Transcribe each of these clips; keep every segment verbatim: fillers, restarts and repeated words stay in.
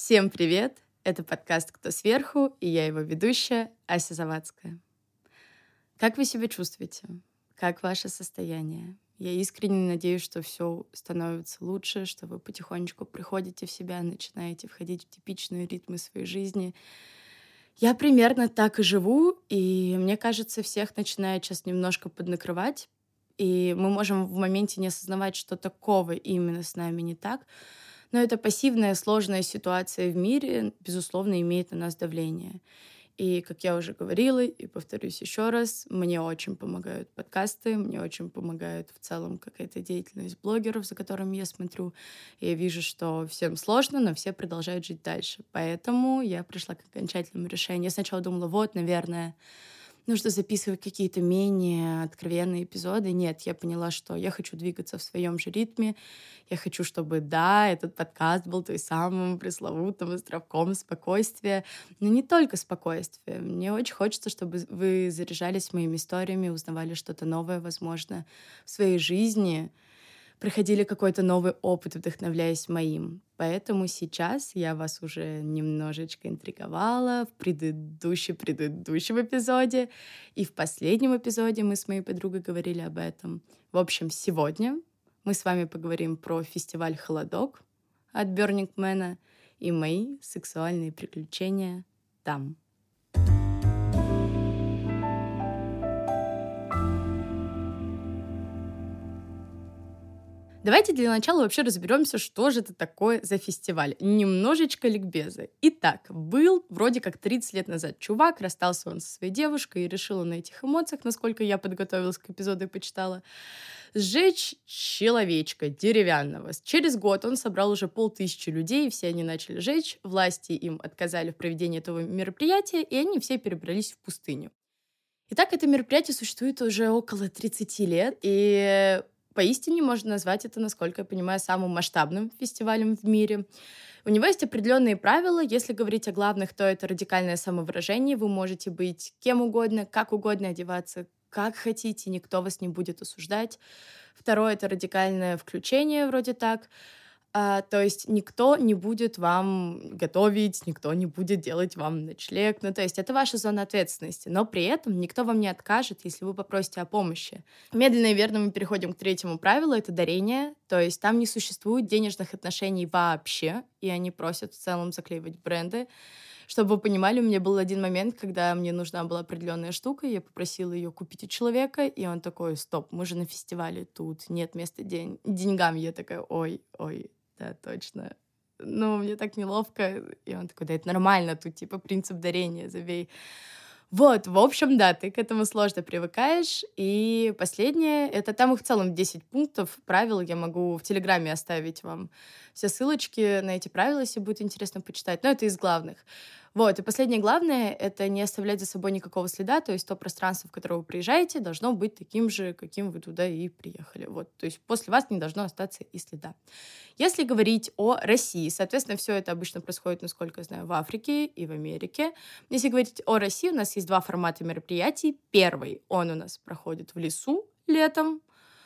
Всем привет! Это подкаст «Кто сверху?» и я его ведущая Ася Завадская. Как вы себя чувствуете? Как ваше состояние? Я искренне надеюсь, что все становится лучше, что вы потихонечку приходите в себя, начинаете входить в типичные ритмы своей жизни. Я примерно так и живу, и мне кажется, всех начинает сейчас немножко поднакрывать, и мы можем в моменте не осознавать, что такого именно с нами не так, но эта пассивная сложная ситуация в мире, безусловно, имеет на нас давление. И, как я уже говорила, и повторюсь еще раз, мне очень помогают подкасты, мне очень помогает в целом какая-то деятельность блогеров, за которыми я смотрю. И я вижу, что всем сложно, но все продолжают жить дальше. Поэтому я пришла к окончательному решению. Я сначала думала, вот, наверное, нужно записывать какие-то менее откровенные эпизоды. Нет, я поняла, что я хочу двигаться в своем же ритме. Я хочу, чтобы, да, этот подкаст был той самым пресловутым островком спокойствия. Но не только спокойствия. Мне очень хочется, чтобы вы заряжались моими историями, узнавали что-то новое, возможно, в своей жизни, проходили какой-то новый опыт, вдохновляясь моим. Поэтому сейчас я вас уже немножечко интриговала в предыдущем-предыдущем эпизоде. И в последнем эпизоде мы с моей подругой говорили об этом. В общем, сегодня мы с вами поговорим про фестиваль «Холодок» от Burning Man и мои сексуальные приключения там. Давайте для начала вообще разберемся, что же это такое за фестиваль. Немножечко ликбеза. Итак, был вроде как тридцать лет назад чувак, расстался он со своей девушкой и решил он на этих эмоциях, насколько я подготовилась к эпизоду и почитала, сжечь человечка деревянного. Через год он собрал уже полтысячи людей, все они начали жечь, власти им отказали в проведении этого мероприятия, и они все перебрались в пустыню. Итак, это мероприятие существует уже около тридцати лет, и поистине можно назвать это, насколько я понимаю, самым масштабным фестивалем в мире. У него есть определенные правила. Если говорить о главных, то это радикальное самовыражение. Вы можете быть кем угодно, как угодно одеваться, как хотите, никто вас не будет осуждать. Второе — это радикальное включение, вроде так. А, то есть никто не будет вам готовить, никто не будет делать вам ночлег. Ну, то есть это ваша зона ответственности. Но при этом никто вам не откажет, если вы попросите о помощи. Медленно и верно мы переходим к третьему правилу — это дарение. То есть там не существует денежных отношений вообще, и они просят в целом заклеивать бренды. Чтобы вы понимали, у меня был один момент, когда мне нужна была определенная штука, я попросила ее купить у человека, и он такой: стоп, мы же на фестивале, тут нет места день... деньгам. Я такая: ой, ой, да, точно. Ну, мне так неловко. И он такой: да, это нормально, тут типа принцип дарения, забей. Вот, в общем, да, ты к этому сложно привыкаешь. И последнее, это там их в целом десять пунктов правил, я могу в Телеграме оставить вам все ссылочки на эти правила, если будет интересно почитать. Но это из главных. Вот, и последнее главное — это не оставлять за собой никакого следа, то есть то пространство, в которое вы приезжаете, должно быть таким же, каким вы туда и приехали. Вот, то есть после вас не должно остаться и следа. Если говорить о России, соответственно, все это обычно происходит, насколько я знаю, в Африке и в Америке. Если говорить о России, у нас есть два формата мероприятий. Первый, он у нас проходит в лесу летом,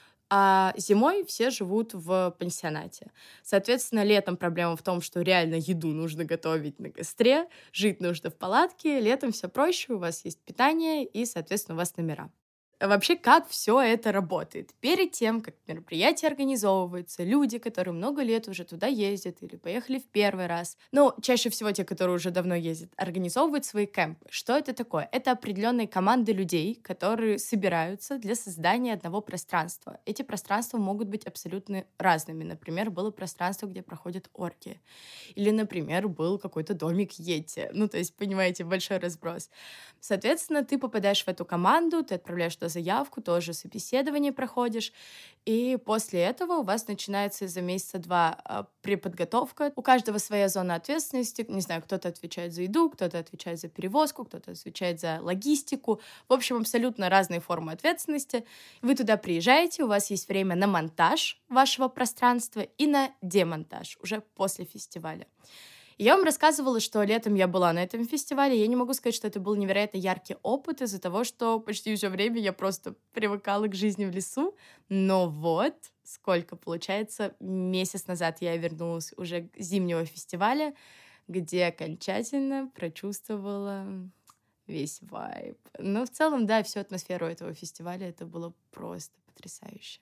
а зимой все живут в пансионате. Соответственно, летом проблема в том, что реально еду нужно готовить на костре, жить нужно в палатке. Летом все проще, у вас есть питание и, соответственно, у вас номера. Вообще, как все это работает? Перед тем, как мероприятие организовывается, люди, которые много лет уже туда ездят или поехали в первый раз, ну, чаще всего те, которые уже давно ездят, организовывают свои кемпы. Что это такое? Это определенные команды людей, которые собираются для создания одного пространства. Эти пространства могут быть абсолютно разными. Например, было пространство, где проходят оргии. Или, например, был какой-то домик Йети. Ну, то есть, понимаете, большой разброс. Соответственно, ты попадаешь в эту команду, ты отправляешь туда заявку, тоже собеседование проходишь, и после этого у вас начинается за месяца два а, преподготовка. У каждого своя зона ответственности. Не знаю, кто-то отвечает за еду, кто-то отвечает за перевозку, кто-то отвечает за логистику. В общем, абсолютно разные формы ответственности. Вы туда приезжаете, у вас есть время на монтаж вашего пространства и на демонтаж уже после фестиваля. Я вам рассказывала, что летом я была на этом фестивале. Я не могу сказать, что это был невероятно яркий опыт из-за того, что почти все время я просто привыкала к жизни в лесу. Но вот сколько, получается, месяц назад я вернулась уже к зимнего фестиваля. где окончательно прочувствовала весь вайб. Но в целом, да, всю атмосферу этого фестиваля это было просто потрясающе.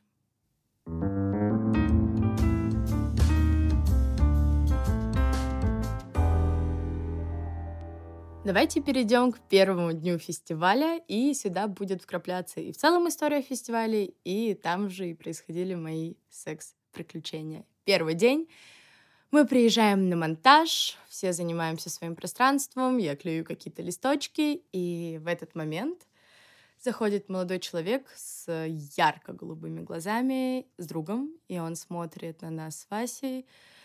Давайте перейдем к первому дню фестиваля, и сюда будет вкрапляться и в целом история фестиваля, и там же и происходили мои секс-приключения. Первый день. Мы приезжаем на монтаж, все занимаемся своим пространством, я клею какие-то листочки, и в этот момент заходит молодой человек с ярко-голубыми глазами, с другом, и он смотрит на нас с Васей,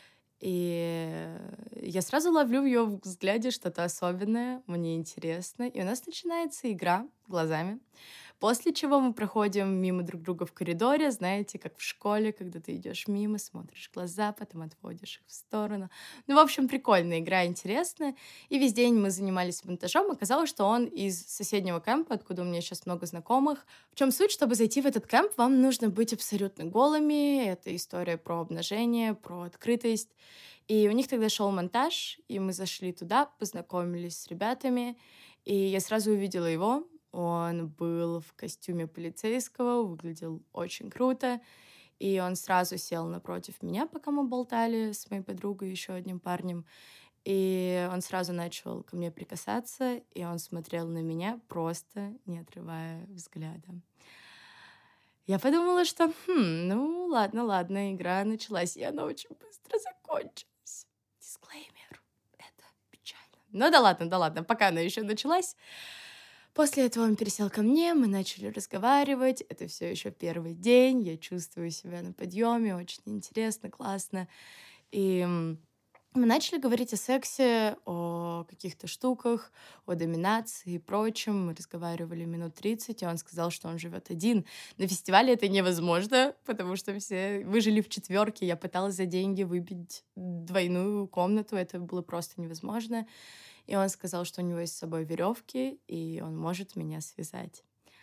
и я сразу ловлю в ее взгляде что-то особенное, мне интересно, и у нас начинается игра глазами. После чего мы проходим мимо друг друга в коридоре, знаете, как в школе, когда ты идешь мимо, смотришь в глаза, потом отводишь их в сторону. Ну, в общем, прикольная игра, интересная. И весь день мы занимались монтажом. Оказалось, что он из соседнего кемпа, откуда у меня сейчас много знакомых. В чем суть? Чтобы зайти в этот кемп, вам нужно быть абсолютно голыми. Это история про обнажение, про открытость. И у них тогда шел монтаж, и мы зашли туда, познакомились с ребятами, и я сразу увидела его. Он был в костюме полицейского, выглядел очень круто, и он сразу сел напротив меня, пока мы болтали с моей подругой и еще одним парнем, и он сразу начал ко мне прикасаться, и он смотрел на меня, просто не отрывая взгляда. Я подумала, что, хм, ну ладно, ладно, игра началась, и она очень быстро закончилась. Дисклеймер, это печально. Ну да ладно, да ладно, пока она еще началась. После этого он пересел ко мне, мы начали разговаривать. Это все еще первый день, я чувствую себя на подъеме, очень интересно, классно. И мы начали говорить о сексе, о каких-то штуках, о доминации и прочем. Мы разговаривали минут тридцать, и он сказал, что он живет один. На фестивале это невозможно, потому что все... Вы жили в четверке, я пыталась за деньги выбить двойную комнату, это было просто невозможно. И он сказал, что у него есть с собой веревки, и он может меня связать.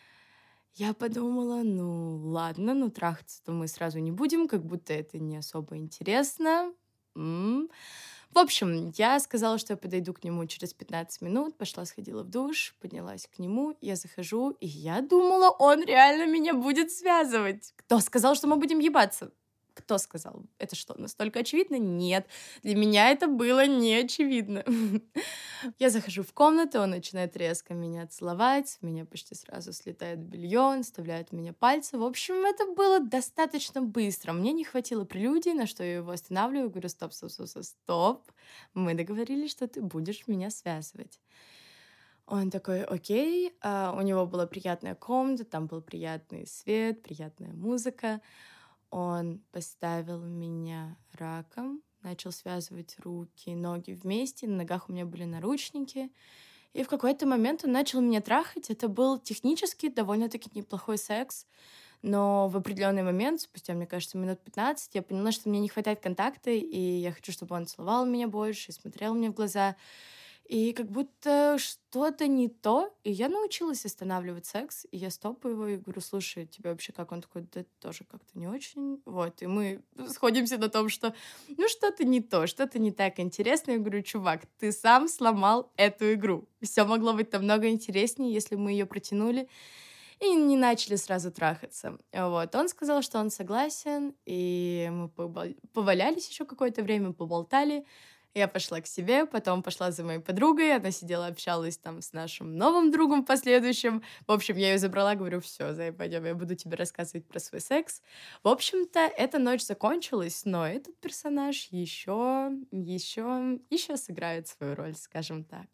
Я подумала, ну ладно, ну трахаться-то мы сразу не будем, как будто это не особо интересно. М-м. В общем, я сказала, что я подойду к нему через пятнадцать минут, пошла, сходила в душ, поднялась к нему, я захожу, и я думала, он реально меня будет связывать. Кто сказал, что мы будем ебаться? Кто сказал? Это что, настолько очевидно? Нет. Для меня это было не очевидно. Я захожу в комнату, он начинает резко меня целовать, с меня почти сразу слетает белье, он вставляет в меня пальцы. В общем, это было достаточно быстро. Мне не хватило прелюдии, на что я его останавливаю, говорю, стоп, стоп, стоп, стоп, стоп. Мы договорились, что ты будешь меня связывать. Он такой, окей. А, у него была приятная комната, там был приятный свет, приятная музыка. Он поставил меня раком, начал связывать руки и ноги вместе, на ногах у меня были наручники. И в какой-то момент он начал меня трахать. Это был технически довольно-таки неплохой секс, но в определенный момент, спустя, мне кажется, минут пятнадцать, я поняла, что мне не хватает контакта, и я хочу, чтобы он целовал меня больше, смотрел мне в глаза. И как будто что-то не то, и я научилась останавливать секс, и я стопаю его и говорю, слушай, тебе вообще как? Он такой, да тоже как-то не очень. Вот, и мы сходимся на том, что ну что-то не то, что-то не так интересно. Я говорю, чувак, ты сам сломал эту игру. Все могло быть намного интереснее, если бы мы ее протянули и не начали сразу трахаться. Вот. Он сказал, что он согласен, и мы побол- повалялись еще какое-то время, поболтали. Я пошла к себе, потом пошла за моей подругой, она сидела, общалась там с нашим новым другом последующим. В общем, я ее забрала, говорю, все, Зай, пойдем, я буду тебе рассказывать про свой секс. В общем-то, эта ночь закончилась, но этот персонаж еще, еще, еще сыграет свою роль, скажем так.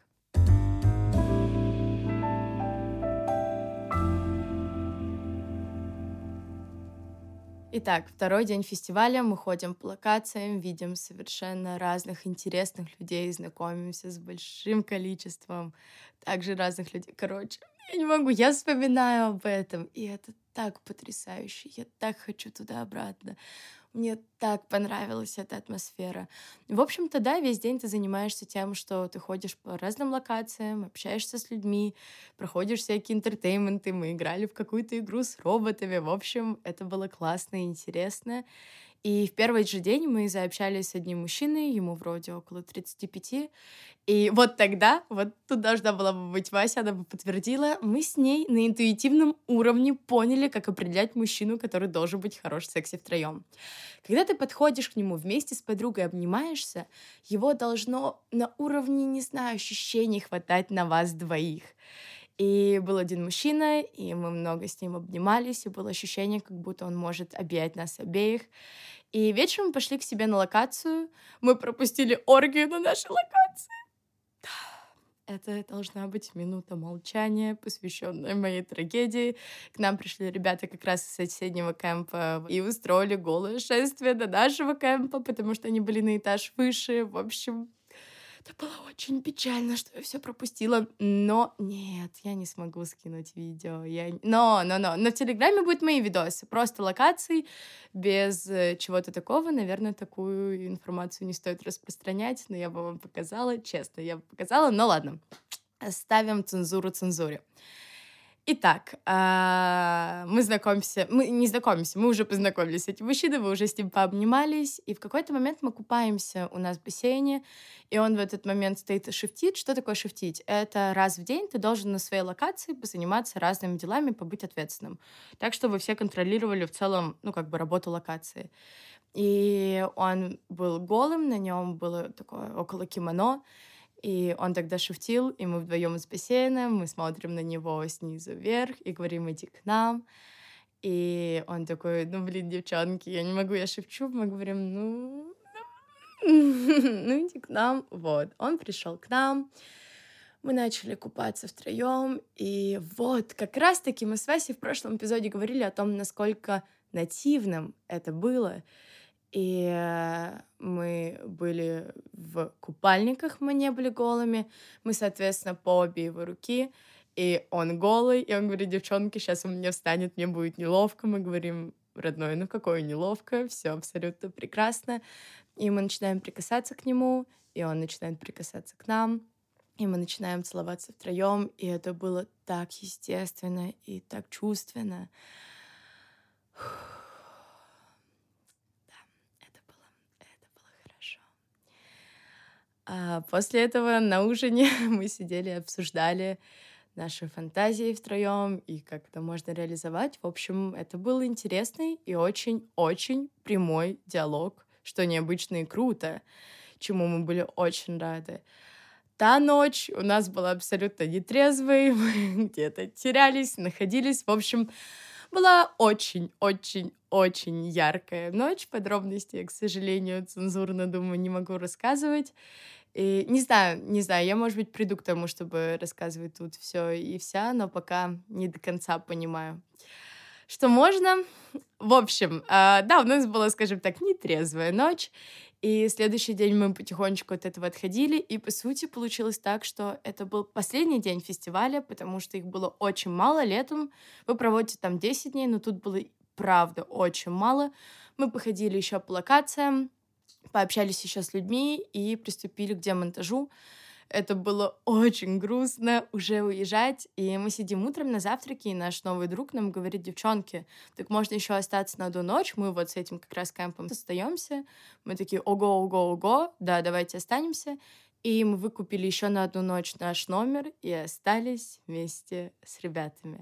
Итак, второй день фестиваля, мы ходим по локациям, видим совершенно разных интересных людей, знакомимся с большим количеством также разных людей. Короче, я не могу, я вспоминаю об этом, и это так потрясающе, я так хочу туда-обратно. Мне так понравилась эта атмосфера. В общем-то, да, весь день ты занимаешься тем, что ты ходишь по разным локациям, общаешься с людьми, проходишь всякие интертейменты. Мы играли в какую-то игру с роботами. В общем, это было классно и интересно. И в первый же день мы заобщались с одним мужчиной, ему вроде около тридцати пяти. И вот тогда, вот тут должна была бы быть Вася, она бы подтвердила, мы с ней на интуитивном уровне поняли, как определять мужчину, который должен быть хорош в сексе втроем. Когда ты подходишь к нему вместе с подругой, обнимаешься, его должно на уровне, не знаю, ощущений хватать на вас двоих. И был один мужчина, и мы много с ним обнимались, и было ощущение, как будто он может объять нас обеих. И вечером мы пошли к себе на локацию. Мы пропустили оргию на нашей локации. Это должна быть минута молчания, посвященная моей трагедии. К нам пришли ребята как раз из соседнего кемпа и устроили голое шествие до нашего кемпа, потому что они были на этаж выше. В общем, это было очень печально, что я все пропустила. Но нет, я не смогу скинуть видео. Я... Но, но, но. Но в Телеграме будут мои видосы. Просто локации, без э, чего-то такого. Наверное, такую информацию не стоит распространять. Но я бы вам показала. Честно, я бы показала. Но ладно. Оставим цензуру цензуре. Итак, а, мы знакомимся, мы не знакомимся, мы уже познакомились с этим мужчиной, мы уже с ним пообнимались, и в какой-то момент мы купаемся у нас в бассейне, и он в этот момент стоит и шифтит. Что такое шифтить? Это раз в день ты должен на своей локации позаниматься разными делами, побыть ответственным. Так, чтобы все контролировали в целом, ну, как бы работу локации. И он был голым, на нем было такое около кимоно, и он тогда шутил, и мы вдвоем из бассейна, мы смотрим на него снизу вверх и говорим: иди к нам. И он такой: ну, блин, девчонки, я не могу, я шепчу. Мы говорим: ну, ну, иди к нам. Вот, он пришел к нам, мы начали купаться втроем, и вот, как раз-таки мы с Васей в прошлом эпизоде говорили о том, насколько нативным это было. И мы были в купальниках, мы не были голыми. Мы, соответственно, по обе его руки. И он голый, и он говорит: девчонки, сейчас он мне встанет, мне будет неловко. Мы говорим: родной, ну какое неловко, все абсолютно прекрасно. И мы начинаем прикасаться к нему, и он начинает прикасаться к нам. И мы начинаем целоваться втроем, и это было так естественно и так чувственно. А после этого на ужине мы сидели, обсуждали наши фантазии втроем и как это можно реализовать. В общем, это был интересный и очень-очень прямой диалог, что необычно и круто, чему мы были очень рады. Та ночь у нас была абсолютно нетрезвой, мы где-то терялись, находились. В общем, была очень-очень-очень яркая ночь. Подробностей я, к сожалению, цензурно, думаю, не могу рассказывать. И не знаю, не знаю, я, может быть, приду к тому, чтобы рассказывать тут все и вся, но пока не до конца понимаю, что можно. В общем, а, да, у нас была, скажем так, нетрезвая ночь, и следующий день мы потихонечку от этого отходили, и, по сути, получилось так, что это был последний день фестиваля, потому что их было очень мало летом. Вы проводите там десять дней, но тут было, правда, очень мало. Мы походили еще по локациям, пообщались еще с людьми и приступили к демонтажу. Это было очень грустно уже уезжать. И мы сидим утром на завтраке, и наш новый друг нам говорит: девчонки, так можно еще остаться на одну ночь. Мы вот с этим как раз кемпом остаемся. Мы такие: ого, ого, ого, да, давайте останемся. И мы выкупили еще на одну ночь наш номер и остались вместе с ребятами.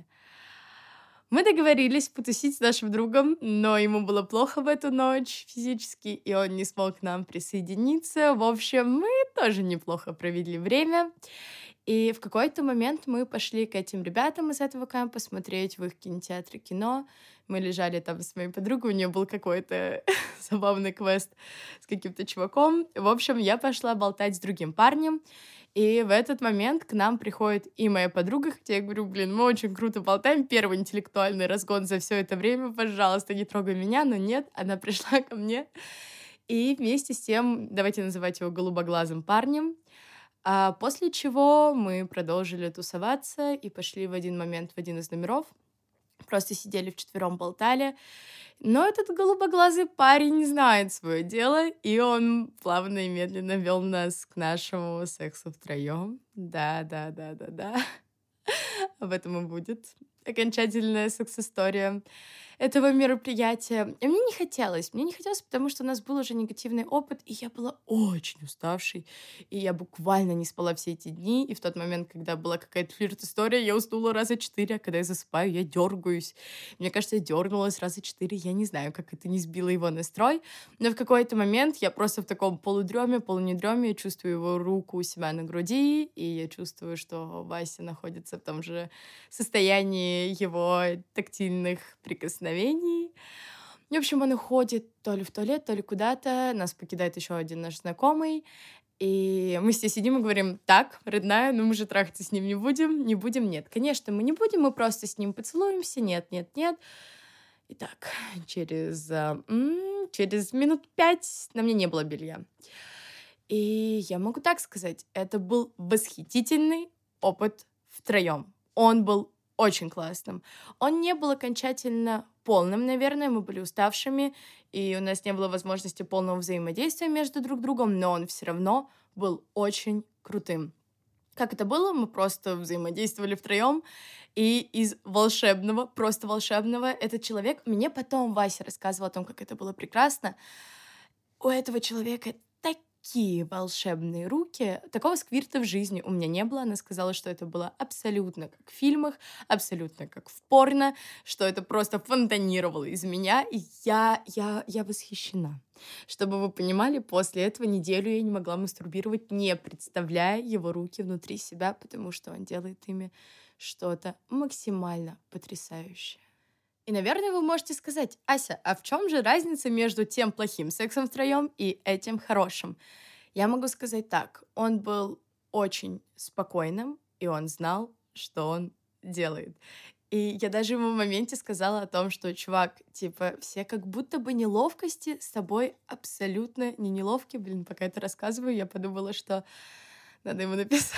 Мы договорились потусить с нашим другом, но ему было плохо в эту ночь физически, и он не смог к нам присоединиться. В общем, мы тоже неплохо провели время. И в какой-то момент мы пошли к этим ребятам из этого кемпа смотреть в их кинотеатре кино. Мы лежали там с моей подругой, у нее был какой-то забавный квест с каким-то чуваком. В общем, я пошла болтать с другим парнем. И в этот момент к нам приходит и моя подруга, хотя я говорю: блин, мы очень круто болтаем, первый интеллектуальный разгон за все это время, пожалуйста, не трогай меня, но нет, она пришла ко мне. И вместе с тем, давайте называть его голубоглазым парнем, а после чего мы продолжили тусоваться и пошли в один момент в один из номеров, просто сидели вчетвером, болтали. Но этот голубоглазый парень знает свое дело, и он плавно и медленно вел нас к нашему сексу втроем. Да, да, да, да, да. Об этом и будет окончательная секс-история этого мероприятия. И мне не хотелось. Мне не хотелось, потому что у нас был уже негативный опыт, и я была очень уставшей. И я буквально не спала все эти дни. И в тот момент, когда была какая-то флирт-история, я уснула раза четыре, а когда я засыпаю, я дергаюсь. Мне кажется, я дернулась раза четыре. Я не знаю, как это не сбило его настрой. Но в какой-то момент я просто в таком полудреме, полунедреме чувствую его руку у себя на груди, и я чувствую, что Вася находится в том же состоянии его тактильных прикосновений. В общем, он уходит то ли в туалет, то ли куда-то. Нас покидает еще один наш знакомый. И мы все сидим и говорим: так, родная, ну мы же трахаться с ним не будем, не будем, нет. Конечно, мы не будем, мы просто с ним поцелуемся, нет, нет, нет. Итак, через, а, м, через минут пять на мне не было белья. И я могу так сказать, это был восхитительный опыт втроем. Он был очень классным. Он не был окончательно полным, наверное, мы были уставшими, и у нас не было возможности полного взаимодействия между друг другом, но он все равно был очень крутым. Как это было? Мы просто взаимодействовали втроем, и из волшебного, просто волшебного, этот человек... Мне потом Вася рассказывал о том, как это было прекрасно. У этого человека такие волшебные руки. Такого сквирта в жизни у меня не было. Она сказала, что это было абсолютно как в фильмах, абсолютно как в порно, что это просто фонтанировало из меня, и я, я, я восхищена. Чтобы вы понимали, после этого неделю я не могла мастурбировать, не представляя его руки внутри себя, потому что он делает ими что-то максимально потрясающее. И, наверное, вы можете сказать: Ася, а в чем же разница между тем плохим сексом втроем и этим хорошим? Я могу сказать так. Он был очень спокойным, и он знал, что он делает. И я даже ему в моменте сказала о том, что, чувак, типа, все как будто бы неловкости с тобой абсолютно не неловкие. Блин, пока это рассказываю, я подумала, что надо ему написать.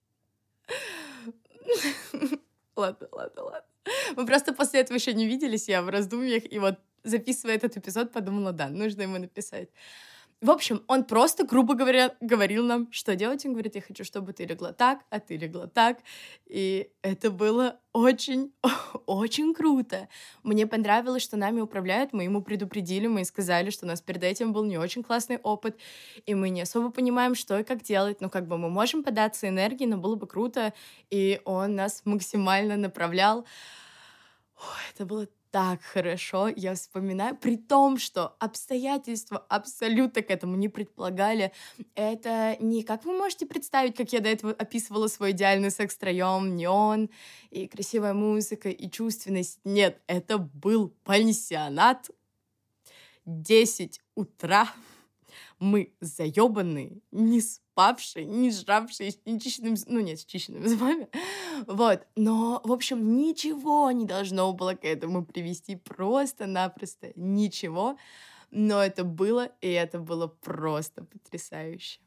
Ладно, ладно, ладно. Мы просто после этого еще не виделись, я в раздумьях, и вот, записывая этот эпизод, подумала, да, нужно ему написать. В общем, он просто, грубо говоря, говорил нам, что делать. Он говорит: я хочу, чтобы ты легла так, а ты легла так. И это было очень, очень круто. Мне понравилось, что нами управляют. Мы ему предупредили, мы сказали, что у нас перед этим был не очень классный опыт, и мы не особо понимаем, что и как делать. Ну, как бы мы можем податься энергией, но было бы круто. И он нас максимально направлял. Ой, это было так хорошо, я вспоминаю, при том, что обстоятельства абсолютно к этому не предполагали. Это не как вы можете представить, как я до этого описывала свой идеальный секс втроем, неон, и красивая музыка, и чувственность. Нет, это был пансионат, десять утра, мы заебанные, не спавшие, не жравшие, с нечищенными, ну нет, с чищенными зубами, вот, но, в общем, ничего не должно было к этому привести, просто-напросто ничего, но это было, и это было просто потрясающе.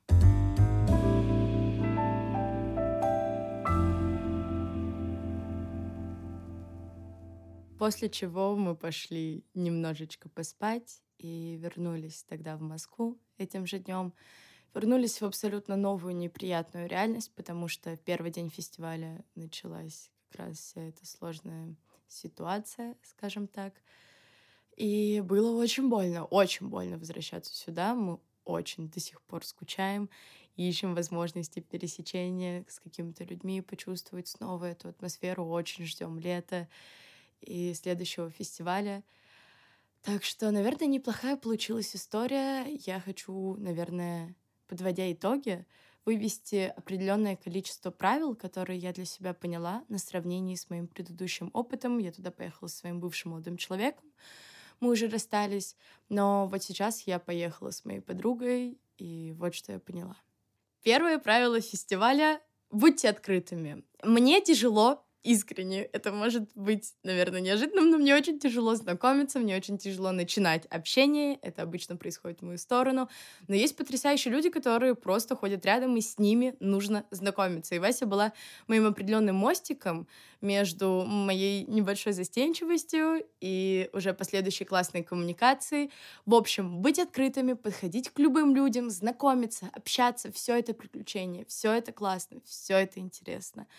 После чего мы пошли немножечко поспать и вернулись тогда в Москву этим же днем. Вернулись в абсолютно новую неприятную реальность, потому что в первый день фестиваля началась как раз вся эта сложная ситуация, скажем так. И было очень больно, очень больно возвращаться сюда. Мы очень до сих пор скучаем, ищем возможности пересечения с какими-то людьми, почувствовать снова эту атмосферу. Очень ждем лета и следующего фестиваля. Так что, наверное, неплохая получилась история. Я хочу, наверное, подводя итоги, вывести определенное количество правил, которые я для себя поняла на сравнении с моим предыдущим опытом. Я туда поехала со своим бывшим молодым человеком. Мы уже расстались, но вот сейчас я поехала с моей подругой, и вот что я поняла. Первое правило фестиваля — будьте открытыми. Мне тяжело, искренне, это может быть, наверное, неожиданным, но мне очень тяжело знакомиться, мне очень тяжело начинать общение, это обычно происходит в мою сторону, но есть потрясающие люди, которые просто ходят рядом, и с ними нужно знакомиться. И Вася была моим определенным мостиком между моей небольшой застенчивостью и уже последующей классной коммуникацией. В общем, быть открытыми, подходить к любым людям, знакомиться, общаться, все это приключение, все это классно, все это интересно.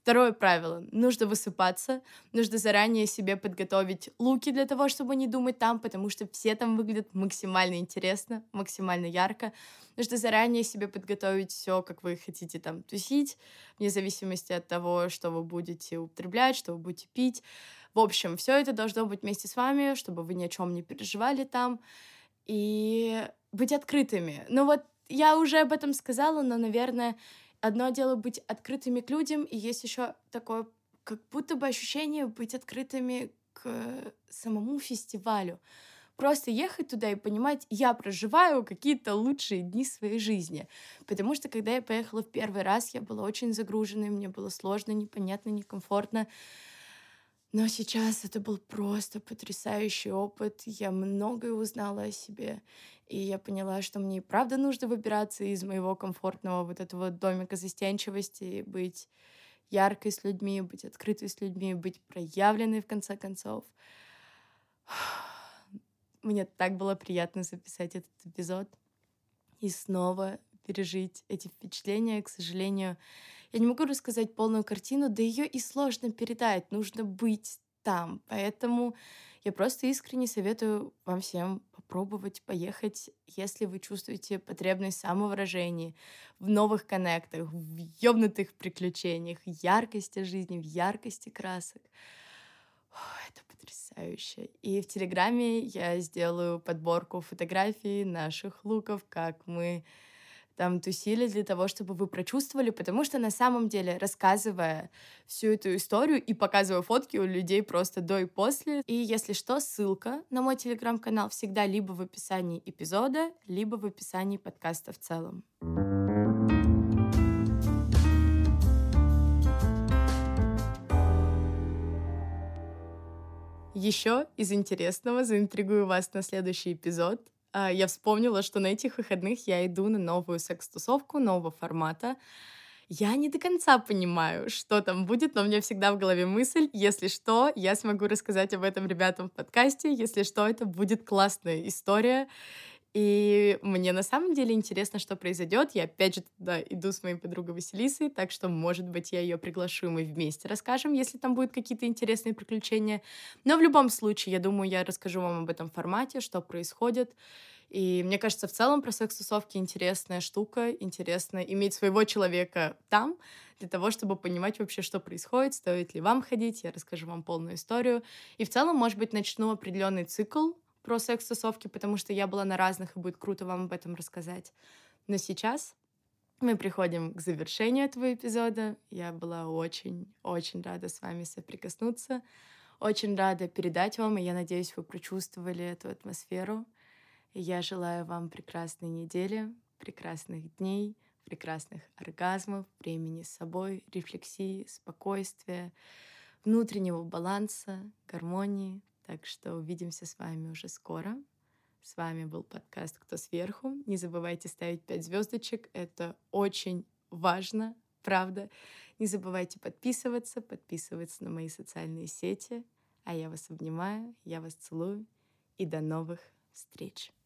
Второе правило. Нужно высыпаться, нужно заранее себе подготовить луки для того, чтобы не думать там, потому что все там выглядят максимально интересно, максимально ярко. Нужно заранее себе подготовить все, как вы хотите там тусить, вне зависимости от того, что вы будете употреблять, что вы будете пить. В общем, все это должно быть вместе с вами, чтобы вы ни о чем не переживали там, и быть открытыми. Ну вот я уже об этом сказала, но, наверное, одно дело быть открытыми к людям, и есть еще такое, как будто бы ощущение быть открытыми к самому фестивалю. Просто ехать туда и понимать, я проживаю какие-то лучшие дни своей жизни. Потому что, когда я поехала в первый раз, я была очень загруженной, мне было сложно, непонятно, некомфортно. Но сейчас это был просто потрясающий опыт. Я многое узнала о себе. И я поняла, что мне и правда нужно выбираться из моего комфортного вот этого домика застенчивости, быть яркой с людьми, быть открытой с людьми, быть проявленной в конце концов. Мне так было приятно записать этот эпизод и снова пережить эти впечатления. К сожалению, я не могу рассказать полную картину, да ее и сложно передать, нужно быть там. Поэтому я просто искренне советую вам всем попробовать поехать, если вы чувствуете потребность в самовыражении, в новых коннектах, в ёбнутых приключениях, в яркости жизни, в яркости красок. Ой, это потрясающе. И в Телеграме я сделаю подборку фотографий наших луков, как мы там тусили, для того, чтобы вы прочувствовали, потому что на самом деле, рассказывая всю эту историю и показывая фотки у людей просто до и после. И если что, ссылка на мой телеграм-канал всегда либо в описании эпизода, либо в описании подкаста в целом. Еще из интересного заинтригую вас на следующий эпизод. А, Я вспомнила, что на этих выходных я иду на новую секс-тусовку нового формата. Я не до конца понимаю, что там будет, но у меня всегда в голове мысль, если что, я смогу рассказать об этом ребятам в подкасте, если что, это будет классная история. И мне на самом деле интересно, что произойдет. Я опять же туда иду с моей подругой Василисой, так что, может быть, я ее приглашу, и мы вместе расскажем, если там будут какие-то интересные приключения. Но в любом случае, я думаю, я расскажу вам об этом формате, что происходит. И мне кажется, в целом про секс-тусовки интересная штука. Интересно иметь своего человека там, для того, чтобы понимать вообще, что происходит, стоит ли вам ходить. Я расскажу вам полную историю. И в целом, может быть, начну определенный цикл про секс-тусовки, потому что я была на разных, и будет круто вам об этом рассказать. Но сейчас мы приходим к завершению этого эпизода. Я была очень-очень рада с вами соприкоснуться. Очень рада передать вам, и я надеюсь, вы прочувствовали эту атмосферу. И я желаю вам прекрасной недели, прекрасных дней, прекрасных оргазмов, времени с собой, рефлексии, спокойствия, внутреннего баланса, гармонии. Так что увидимся с вами уже скоро. С вами был подкаст «Кто сверху». Не забывайте ставить пять звездочек. Это очень важно, правда. Не забывайте подписываться, подписываться на мои социальные сети. А я вас обнимаю, я вас целую. И до новых встреч.